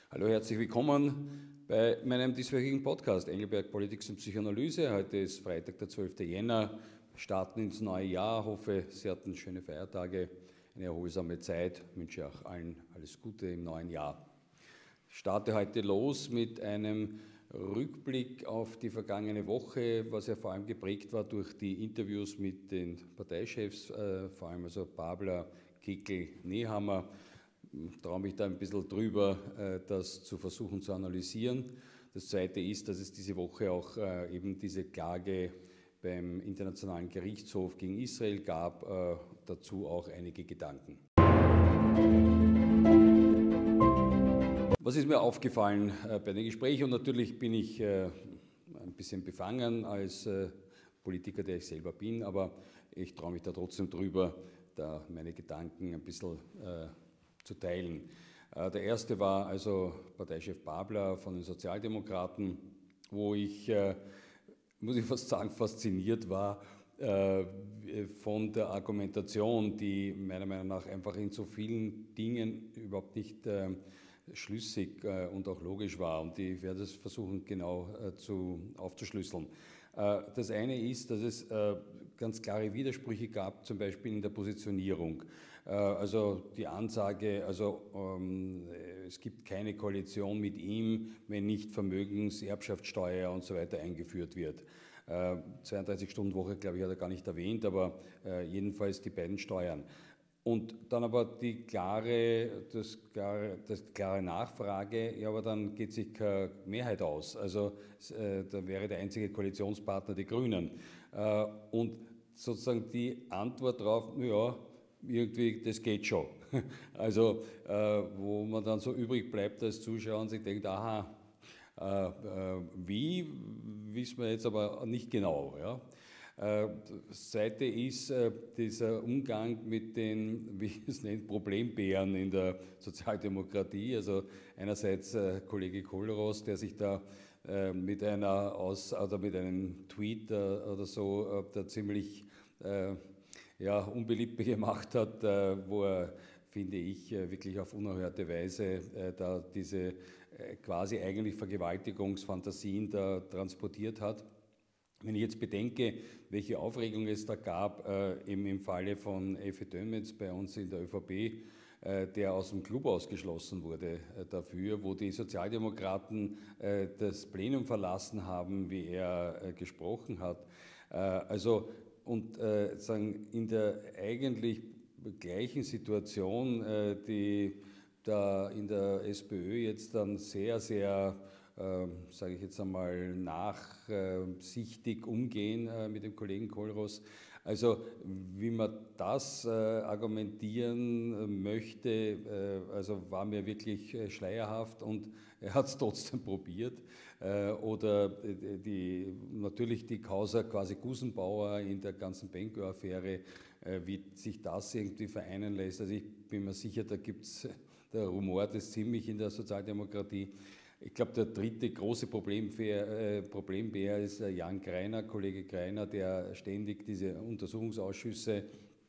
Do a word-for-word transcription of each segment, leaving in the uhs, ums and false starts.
Hallo, herzlich willkommen bei meinem dieswöchigen Podcast Engelberg Politics und Psychoanalyse. Heute ist Freitag, der zwölfte Jänner. Wir starten ins neue Jahr. Ich hoffe, Sie hatten schöne Feiertage, eine erholsame Zeit. Ich wünsche auch allen alles Gute im neuen Jahr. Ich starte heute los mit einem Rückblick auf die vergangene Woche, was ja vor allem geprägt war durch die Interviews mit den Parteichefs, äh, vor allem also Babler, Kickl, Nehammer. Ich traue mich da ein bisschen drüber, das zu versuchen zu analysieren. Das Zweite ist, dass es diese Woche auch eben diese Klage beim Internationalen Gerichtshof gegen Israel gab, dazu auch einige Gedanken. Was ist mir aufgefallen bei den Gesprächen? Und natürlich bin ich ein bisschen befangen als Politiker, der ich selber bin, aber ich traue mich da trotzdem drüber, da meine Gedanken ein bisschen zu teilen. Der erste war also Parteichef Babler von den Sozialdemokraten, wo ich, muss ich fast sagen, fasziniert war von der Argumentation, die meiner Meinung nach einfach in so vielen Dingen überhaupt nicht schlüssig und auch logisch war. Und ich werde es versuchen, genau zu, aufzuschlüsseln. Das eine ist, dass es ganz klare Widersprüche gab, zum Beispiel in der Positionierung. Also die Ansage, also ähm, es gibt keine Koalition mit ihm, wenn nicht Vermögens-, Erbschaftssteuer und so weiter eingeführt wird. Äh, zweiunddreißig-Stunden-Woche, glaube ich, hat er gar nicht erwähnt, aber äh, jedenfalls die beiden Steuern. Und dann aber die klare, das klare, das klare Nachfrage, ja, aber dann geht sich keine Mehrheit aus. Also äh, da wäre der einzige Koalitionspartner die Grünen. Äh, und sozusagen die Antwort darauf, ja, irgendwie, das geht schon. Also, äh, wo man dann so übrig bleibt als Zuschauer und sich denkt, aha, äh, äh, wie, wissen wir jetzt aber nicht genau. Ja? Äh, das Zweite ist äh, dieser Umgang mit den, wie es nennt, Problembären in der Sozialdemokratie. Also einerseits äh, Kollege Kohlroos, der sich da äh, mit einer Aus- oder mit einem Tweet äh, oder so äh, da ziemlich äh, ja, unbeliebt gemacht hat, äh, wo er, finde ich, äh, wirklich auf unerhörte Weise äh, da diese äh, quasi eigentlich Vergewaltigungsfantasien da transportiert hat. Wenn ich jetzt bedenke, welche Aufregung es da gab, äh, im, im Falle von Effe Dönmez bei uns in der ÖVP, äh, der aus dem Club ausgeschlossen wurde äh, dafür, wo die Sozialdemokraten äh, das Plenum verlassen haben, wie er äh, gesprochen hat. Äh, also Und äh, sagen, in der eigentlich gleichen Situation, äh, die da in der SPÖ jetzt dann sehr, sehr, äh, sage ich jetzt einmal, nachsichtig umgehen äh, mit dem Kollegen Kohlroos. Also wie man das äh, argumentieren möchte, äh, also war mir wirklich äh, schleierhaft und er hat es trotzdem probiert. Äh, oder die, natürlich die Causa quasi Gusenbauer in der ganzen Benko-Affäre, äh, wie sich das irgendwie vereinen lässt. Also ich bin mir sicher, da gibt es, der Rumor ist ziemlich in der Sozialdemokratie. Ich glaube, der dritte große Problembär, äh, Problembär ist äh, Jan Greiner, Kollege Greiner, der ständig diese Untersuchungsausschüsse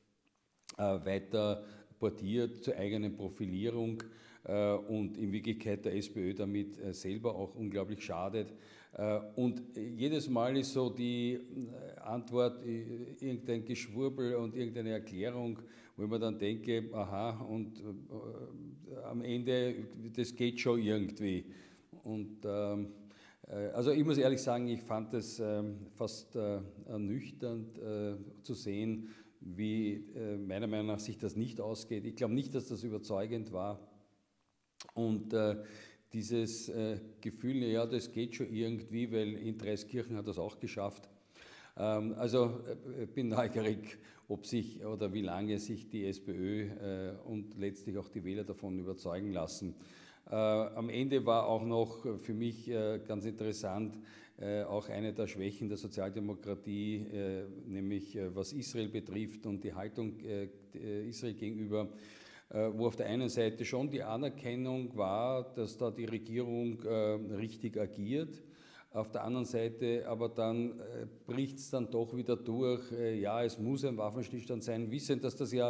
äh, weiter portiert zur eigenen Profilierung äh, und in Wirklichkeit der SPÖ damit äh, selber auch unglaublich schadet. Äh, und jedes Mal ist so die äh, Antwort äh, irgendein Geschwurbel und irgendeine Erklärung, wo ich mir dann denke, aha, und äh, am Ende, das geht schon irgendwie. Und ähm, also ich muss ehrlich sagen, ich fand es ähm, fast äh, ernüchternd äh, zu sehen, wie äh, meiner Meinung nach sich das nicht ausgeht. Ich glaube nicht, dass das überzeugend war. Und äh, dieses äh, Gefühl, ja, das geht schon irgendwie, weil in Dreiskirchen hat das auch geschafft. Ähm, also ich äh, bin neugierig, ob sich oder wie lange sich die SPÖ äh, und letztlich auch die Wähler davon überzeugen lassen. Äh, am Ende war auch noch für mich äh, ganz interessant, äh, auch eine der Schwächen der Sozialdemokratie, äh, nämlich äh, was Israel betrifft und die Haltung äh, Israel gegenüber, äh, wo auf der einen Seite schon die Anerkennung war, dass da die Regierung äh, richtig agiert. Auf der anderen Seite aber dann äh, bricht es dann doch wieder durch, äh, ja, es muss ein Waffenstillstand sein, wissend, dass das ja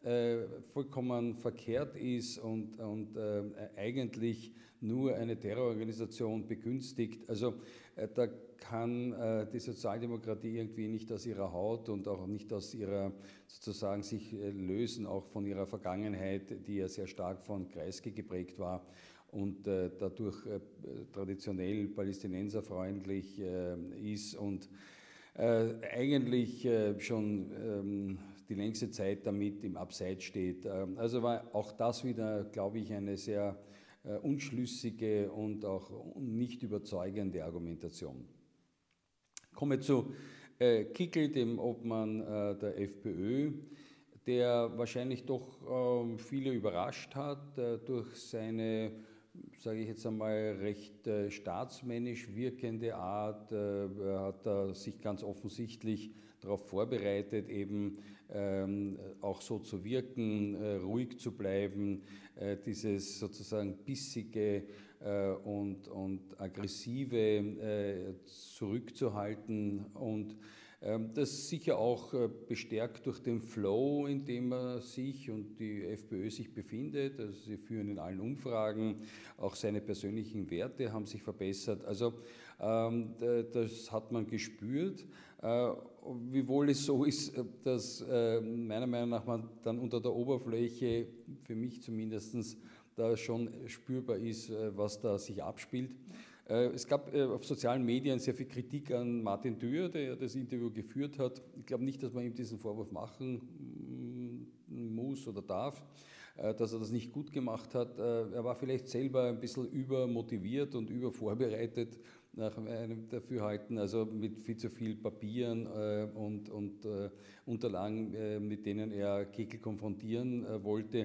äh, vollkommen verkehrt ist und, und äh, eigentlich nur eine Terrororganisation begünstigt. Also äh, da kann äh, die Sozialdemokratie irgendwie nicht aus ihrer Haut und auch nicht aus ihrer, sozusagen sich äh, lösen, auch von ihrer Vergangenheit, die ja sehr stark von Kreisky geprägt war und äh, dadurch äh, traditionell palästinenserfreundlich äh, ist und äh, eigentlich äh, schon ähm, die längste Zeit damit im Abseits steht. Ähm, also war auch das wieder, glaube ich, eine sehr äh, unschlüssige und auch nicht überzeugende Argumentation. Ich komme zu äh, Kickl, dem Obmann äh, der FPÖ, der wahrscheinlich doch äh, viele überrascht hat äh, durch seine, sage ich jetzt einmal, recht äh, staatsmännisch wirkende Art. Äh, er hat äh, sich ganz offensichtlich darauf vorbereitet, eben ähm, auch so zu wirken, äh, ruhig zu bleiben, äh, dieses sozusagen bissige äh, und, und aggressive äh, zurückzuhalten und das sicher auch bestärkt durch den Flow, in dem er sich und die FPÖ sich befindet. Also sie führen in allen Umfragen, auch seine persönlichen Werte haben sich verbessert. Also das hat man gespürt, wiewohl es so ist, dass meiner Meinung nach man dann unter der Oberfläche, für mich zumindest, da schon spürbar ist, was da sich abspielt. Es gab auf sozialen Medien sehr viel Kritik an Martin Dürr, der das Interview geführt hat. Ich glaube nicht, dass man ihm diesen Vorwurf machen muss oder darf, dass er das nicht gut gemacht hat. Er war vielleicht selber ein bisschen übermotiviert und übervorbereitet nach meinem Dafürhalten, also mit viel zu viel Papieren und, und Unterlagen, mit denen er Kickl konfrontieren wollte.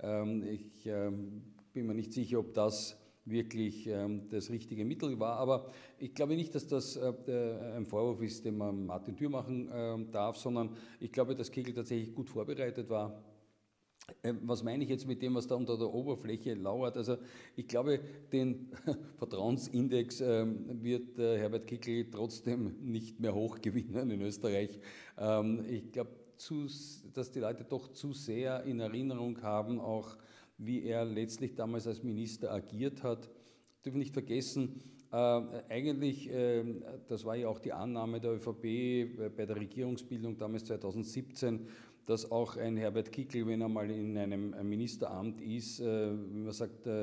Ich bin mir nicht sicher, ob das wirklich ähm, das richtige Mittel war. Aber ich glaube nicht, dass das äh, ein Vorwurf ist, den man Martin Dürr machen äh, darf, sondern ich glaube, dass Kickl tatsächlich gut vorbereitet war. Äh, was meine ich jetzt mit dem, was da unter der Oberfläche lauert? Also ich glaube, den Vertrauensindex äh, wird äh, Herbert Kickl trotzdem nicht mehr hochgewinnen in Österreich. Ähm, ich glaube, dass die Leute doch zu sehr in Erinnerung haben, auch wie er letztlich damals als Minister agiert hat. Wir dürfen nicht vergessen, äh, eigentlich, äh, das war ja auch die Annahme der ÖVP äh, bei der Regierungsbildung damals zweitausendsiebzehn, dass auch ein Herbert Kickl, wenn er mal in einem Ministeramt ist, äh, wie man sagt, äh,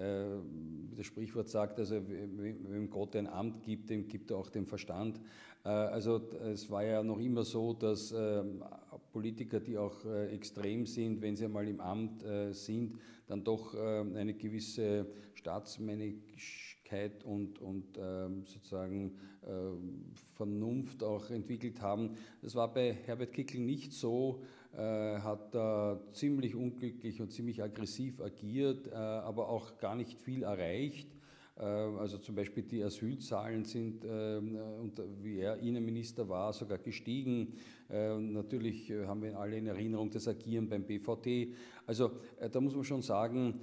wie das Sprichwort sagt, also wem Gott ein Amt gibt, dem gibt er auch den Verstand. Äh, also es war ja noch immer so, dass äh, Politiker, die auch äh, extrem sind, wenn sie einmal im Amt äh, sind, dann doch äh, eine gewisse Staatsmännlichkeit und, und äh, sozusagen äh, Vernunft auch entwickelt haben. Das war bei Herbert Kickl nicht so, äh, hat da ziemlich unglücklich und ziemlich aggressiv agiert, äh, aber auch gar nicht viel erreicht. Also zum Beispiel die Asylzahlen sind, wie er Innenminister war, sogar gestiegen. Natürlich haben wir alle in Erinnerung das Agieren beim B V T. Also da muss man schon sagen,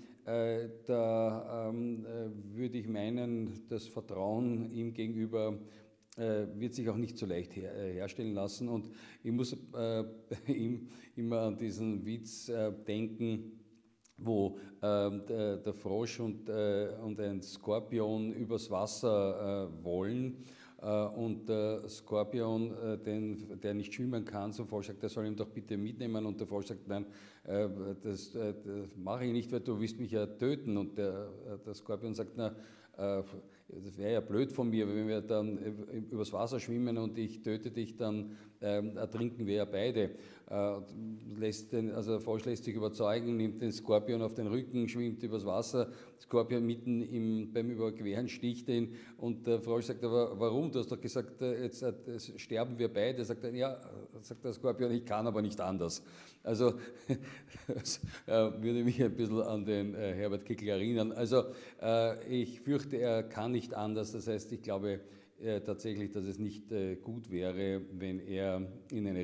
da würde ich meinen, das Vertrauen ihm gegenüber wird sich auch nicht so leicht her herstellen lassen. Und ich muss bei ihm immer an diesen Witz denken, wo äh, der, der Frosch und, äh, und ein Skorpion übers Wasser äh, wollen äh, und der Skorpion, äh, den, der nicht schwimmen kann, zum Frosch sagt, der soll ihn doch bitte mitnehmen und der Frosch sagt, nein, äh, das, äh, das mache ich nicht, weil du willst mich ja töten und der, der Skorpion sagt, na, äh, das wäre ja blöd von mir, wenn wir dann übers Wasser schwimmen und ich töte dich, dann ähm, ertrinken wir ja beide. Äh, lässt den, also der Frosch lässt sich überzeugen, nimmt den Skorpion auf den Rücken, schwimmt übers Wasser, Skorpion mitten im, beim Überqueren sticht ihn und der Frosch sagt, aber warum? Du hast doch gesagt, jetzt, jetzt sterben wir beide. Sagt er, ja, sagt der Skorpion, ich kann aber nicht anders. Also das äh, würde mich ein bisschen an den äh, Herbert Kickl erinnern. Also äh, ich fürchte, er kann nicht anders. Das heißt, ich glaube äh, tatsächlich, dass es nicht äh, gut wäre, wenn er in eine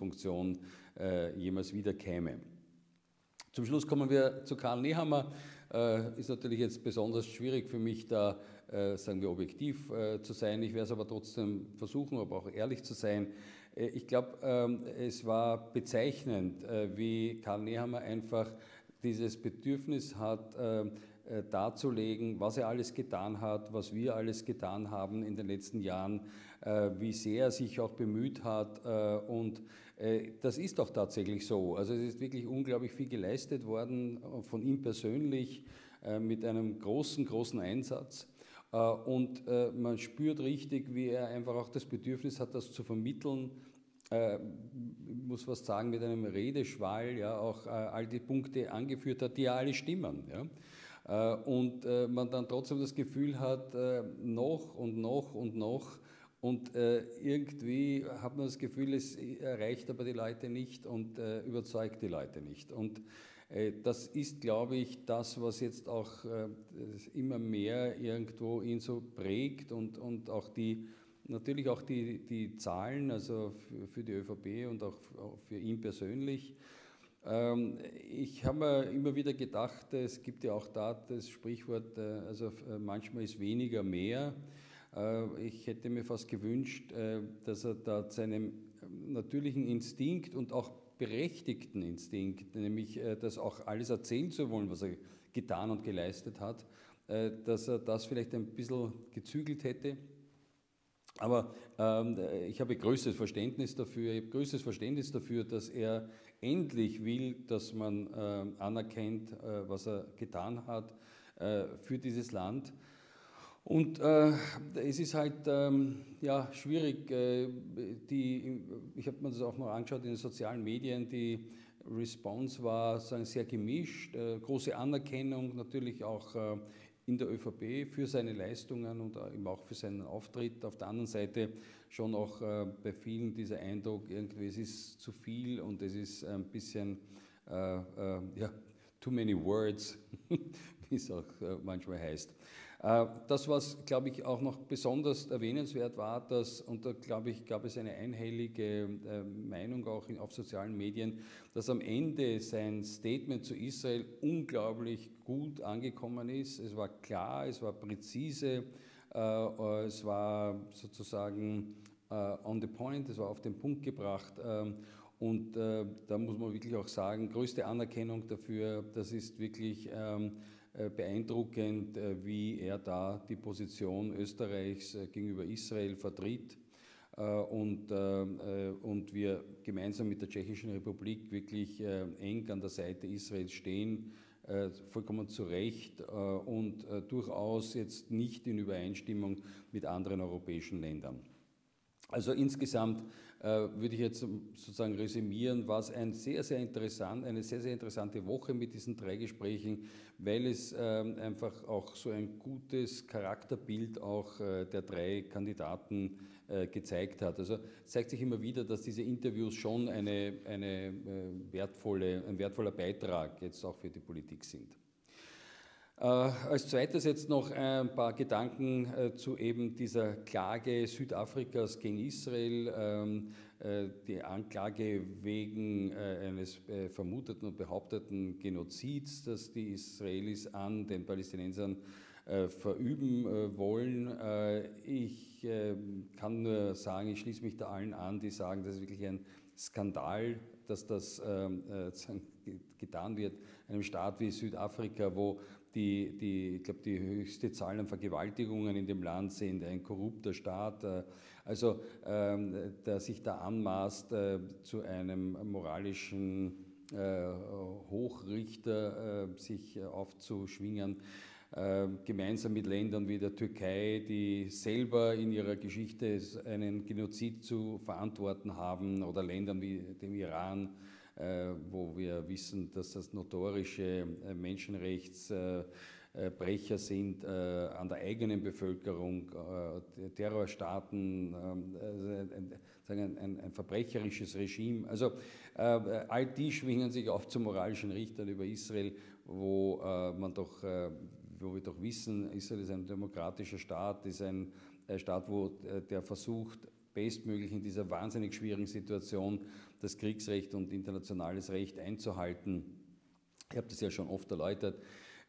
Regierungsfunktion äh, jemals wieder käme. Zum Schluss kommen wir zu Karl Nehammer. äh, ist natürlich jetzt besonders schwierig für mich, da, äh, sagen wir, objektiv äh, zu sein. Ich werde es aber trotzdem versuchen, aber auch ehrlich zu sein. Äh, ich glaube, ähm, es war bezeichnend, äh, wie Karl Nehammer einfach dieses Bedürfnis hat, äh, äh, darzulegen, was er alles getan hat, was wir alles getan haben in den letzten Jahren, äh, wie sehr er sich auch bemüht hat. Äh, und äh, das ist auch tatsächlich so. Also es ist wirklich unglaublich viel geleistet worden von ihm persönlich äh, mit einem großen, großen Einsatz. Äh, und äh, man spürt richtig, wie er einfach auch das Bedürfnis hat, das zu vermitteln. Ich muss fast sagen, mit einem Redeschwall, ja, auch äh, all die Punkte angeführt hat, die ja alle stimmen. Ja. Äh, und äh, man dann trotzdem das Gefühl hat, äh, noch und noch und noch. Und äh, irgendwie hat man das Gefühl, es erreicht aber die Leute nicht und äh, überzeugt die Leute nicht. Und äh, das ist, glaube ich, das, was jetzt auch äh, immer mehr irgendwo ihn so prägt und, und auch die Natürlich auch die, die Zahlen, also für, für die ÖVP und auch für ihn persönlich. Ähm, ich habe mir immer wieder gedacht, es gibt ja auch da das Sprichwort, äh, also äh, manchmal ist weniger mehr. Äh, ich hätte mir fast gewünscht, äh, dass er da seinem natürlichen Instinkt und auch berechtigten Instinkt, nämlich äh, das auch alles erzählen zu wollen, was er getan und geleistet hat, äh, dass er das vielleicht ein bisschen gezügelt hätte. Aber ähm, ich habe größtes Verständnis dafür, ich habe größtes Verständnis dafür, dass er endlich will, dass man äh, anerkennt, äh, was er getan hat äh, für dieses Land. Und äh, es ist halt ähm, ja, schwierig, äh, die, ich habe mir das auch noch angeschaut in den sozialen Medien, die Response war sagen, sehr gemischt, äh, große Anerkennung, natürlich auch äh, in der ÖVP für seine Leistungen und eben auch für seinen Auftritt. Auf der anderen Seite schon auch äh, bei vielen dieser Eindruck, irgendwie es ist zu viel und es ist ein bisschen, äh, äh, ja, too many words, wie es auch äh, manchmal heißt. Äh, das, was, glaube ich, auch noch besonders erwähnenswert war, dass, und da, glaube ich, gab es eine einhellige äh, Meinung auch in, auf sozialen Medien, dass am Ende sein Statement zu Israel unglaublich gut angekommen ist. Es war klar, es war präzise, äh, es war sozusagen äh, on the point, es war auf den Punkt gebracht. Ähm, und äh, da muss man wirklich auch sagen, größte Anerkennung dafür, das ist wirklich ähm, beeindruckend, wie er da die Position Österreichs gegenüber Israel vertritt und, und wir gemeinsam mit der Tschechischen Republik wirklich eng an der Seite Israels stehen, vollkommen zu Recht und durchaus jetzt nicht in Übereinstimmung mit anderen europäischen Ländern. Also insgesamt äh, würde ich jetzt sozusagen resümieren, war es ein sehr, sehr interessant, eine sehr, sehr interessante Woche mit diesen drei Gesprächen, weil es äh, einfach auch so ein gutes Charakterbild auch äh, der drei Kandidaten äh, gezeigt hat. Also es zeigt sich immer wieder, dass diese Interviews schon eine, eine, äh, wertvolle, ein wertvoller Beitrag jetzt auch für die Politik sind. Äh, als zweites jetzt noch ein paar Gedanken äh, zu eben dieser Klage Südafrikas gegen Israel, ähm, äh, die Anklage wegen äh, eines äh, vermuteten und behaupteten Genozids, das die Israelis an den Palästinensern äh, verüben äh, wollen. Äh, ich äh, kann nur sagen, ich schließe mich da allen an, die sagen, das ist wirklich ein Skandal, dass das ähm, äh, getan wird, einem Staat wie Südafrika, wo Die, die, ich glaube, die höchste Zahl an Vergewaltigungen in dem Land sind, ein korrupter Staat, also ähm, der sich da anmaßt, äh, zu einem moralischen äh, Hochrichter äh, sich aufzuschwingen, äh, gemeinsam mit Ländern wie der Türkei, die selber in ihrer Geschichte einen Genozid zu verantworten haben, oder Ländern wie dem Iran, Äh, wo wir wissen, dass das notorische äh, Menschenrechtsbrecher äh, sind äh, an der eigenen Bevölkerung, äh, Terrorstaaten, äh, ein, ein, ein verbrecherisches Regime. Also äh, all die schwingen sich auf zu moralischen Richtern über Israel, wo äh, man doch, äh, wo wir doch wissen, Israel ist ein demokratischer Staat, ist ein äh, Staat, wo äh, der versucht, bestmöglich in dieser wahnsinnig schwierigen Situation das Kriegsrecht und internationales Recht einzuhalten. Ich habe das ja schon oft erläutert.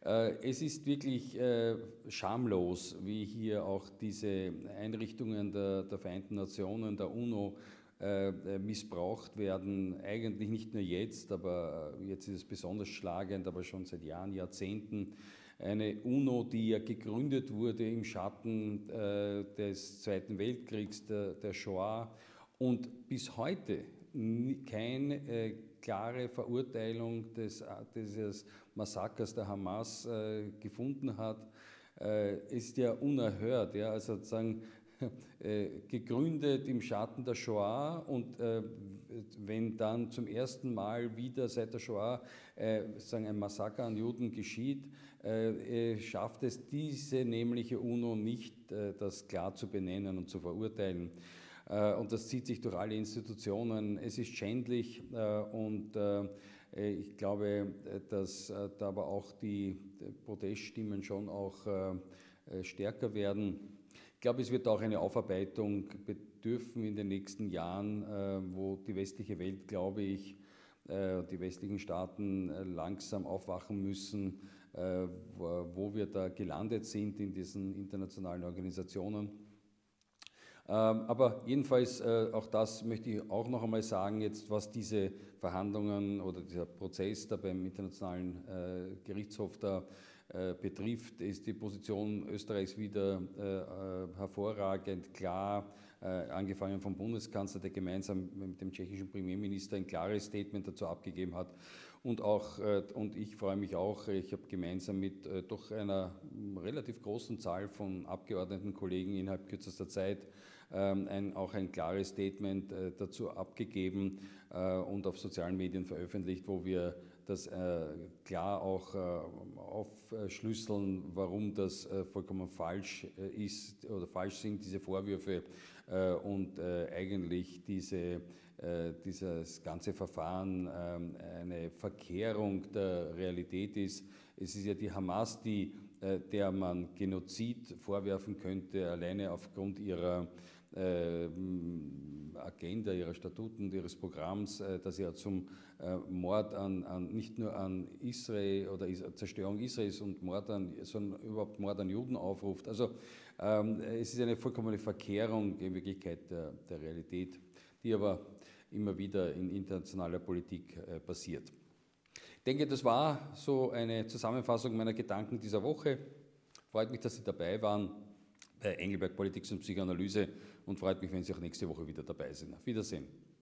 Es ist wirklich schamlos, wie hier auch diese Einrichtungen der, der Vereinten Nationen, der UNO, missbraucht werden. Eigentlich nicht nur jetzt, aber jetzt ist es besonders schlagend, aber schon seit Jahren, Jahrzehnten. Eine UNO, die ja gegründet wurde im Schatten des Zweiten Weltkriegs, der, der Shoah, und bis heute keine klare Verurteilung des, dieses Massakers der Hamas äh, gefunden hat, äh, ist ja unerhört. Ja? Also sozusagen äh, gegründet im Schatten der Shoah, und äh, wenn dann zum ersten Mal wieder seit der Shoah äh, sozusagen ein Massaker an Juden geschieht, äh, schafft es diese nämliche UNO nicht, äh, das klar zu benennen und zu verurteilen. Und das zieht sich durch alle Institutionen. Es ist schändlich, und ich glaube, dass da aber auch die Proteststimmen schon auch stärker werden. Ich glaube, es wird auch eine Aufarbeitung bedürfen in den nächsten Jahren, wo die westliche Welt, glaube ich, die westlichen Staaten langsam aufwachen müssen, wo wir da gelandet sind in diesen internationalen Organisationen. Aber jedenfalls, auch das möchte ich auch noch einmal sagen, jetzt was diese Verhandlungen oder dieser Prozess da beim Internationalen Gerichtshof da betrifft, ist die Position Österreichs wieder hervorragend klar, angefangen vom Bundeskanzler, der gemeinsam mit dem tschechischen Premierminister ein klares Statement dazu abgegeben hat. Und, auch, und ich freue mich auch, ich habe gemeinsam mit doch einer relativ großen Zahl von Abgeordneten, Kollegen innerhalb kürzester Zeit ein, auch ein klares Statement dazu abgegeben und auf sozialen Medien veröffentlicht, wo wir das klar auch aufschlüsseln, warum das vollkommen falsch ist oder falsch sind, diese Vorwürfe, und eigentlich diese dieses ganze Verfahren eine Verkehrung der Realität ist. Es ist ja die Hamas, die, der man Genozid vorwerfen könnte, alleine aufgrund ihrer Agenda, ihrer Statuten, ihres Programms, das ja zum Mord an, an nicht nur an Israel oder Zerstörung Israels und Mord an, sondern überhaupt Mord an Juden aufruft. Also ähm, es ist eine vollkommene Verkehrung in Wirklichkeit der, der Realität, die aber immer wieder in internationaler Politik äh, passiert. Ich denke, das war so eine Zusammenfassung meiner Gedanken dieser Woche. Freut mich, dass Sie dabei waren bei Engelberg Politik und Psychoanalyse, und freut mich, wenn Sie auch nächste Woche wieder dabei sind. Auf Wiedersehen.